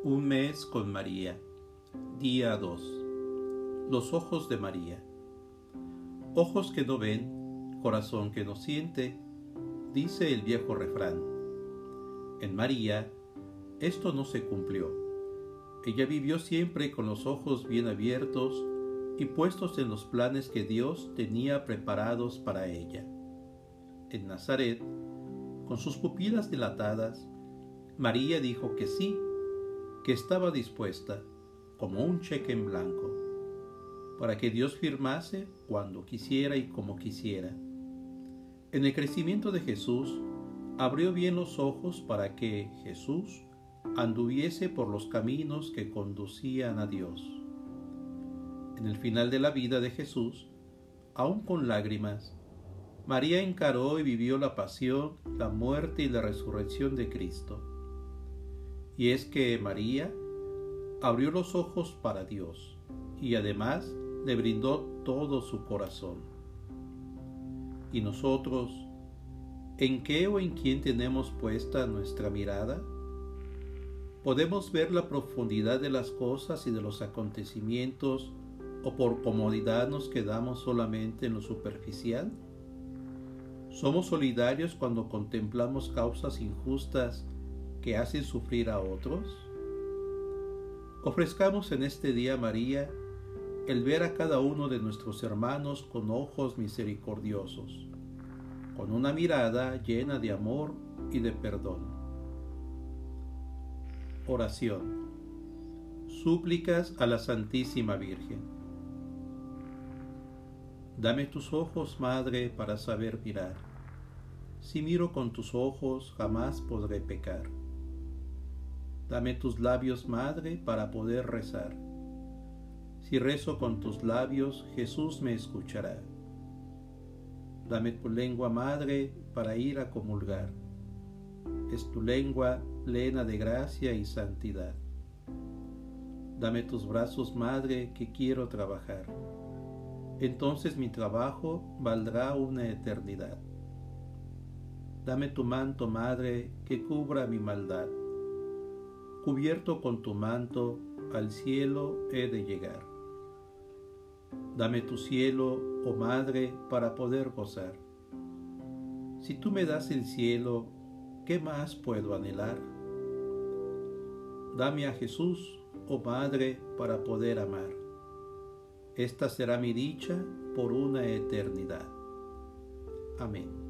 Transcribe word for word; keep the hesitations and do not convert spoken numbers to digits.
Un mes con María. Día dos. Los ojos de María. Ojos que no ven, corazón que no siente, dice el viejo refrán. En María, esto no se cumplió. Ella vivió siempre con los ojos bien abiertos y puestos en los planes que Dios tenía preparados para ella. En Nazaret, con sus pupilas dilatadas, María dijo que sí, que estaba dispuesta, como un cheque en blanco, para que Dios firmase cuando quisiera y como quisiera. En el crecimiento de Jesús, abrió bien los ojos para que Jesús anduviese por los caminos que conducían a Dios. En el final de la vida de Jesús, aún con lágrimas, María encaró y vivió la pasión, la muerte y la resurrección de Cristo. Y es que María abrió los ojos para Dios y además le brindó todo su corazón. ¿Y nosotros, en qué o en quién tenemos puesta nuestra mirada? ¿Podemos ver la profundidad de las cosas y de los acontecimientos o por comodidad nos quedamos solamente en lo superficial? ¿Somos solidarios cuando contemplamos causas injustas que hacen sufrir a otros? Ofrezcamos en este día a María el ver a cada uno de nuestros hermanos con ojos misericordiosos, con una mirada llena de amor y de perdón. Oración. Súplicas a la Santísima Virgen. Dame tus ojos, Madre, para saber mirar. Si miro con tus ojos, jamás podré pecar. Dame tus labios, Madre, para poder rezar. Si rezo con tus labios, Jesús me escuchará. Dame tu lengua, Madre, para ir a comulgar. Es tu lengua plena de gracia y santidad. Dame tus brazos, Madre, que quiero trabajar. Entonces mi trabajo valdrá una eternidad. Dame tu manto, Madre, que cubra mi maldad. Cubierto con tu manto, al cielo he de llegar. Dame tu cielo, oh Madre, para poder gozar. Si tú me das el cielo, ¿qué más puedo anhelar? Dame a Jesús, oh Madre, para poder amar. Esta será mi dicha por una eternidad. Amén.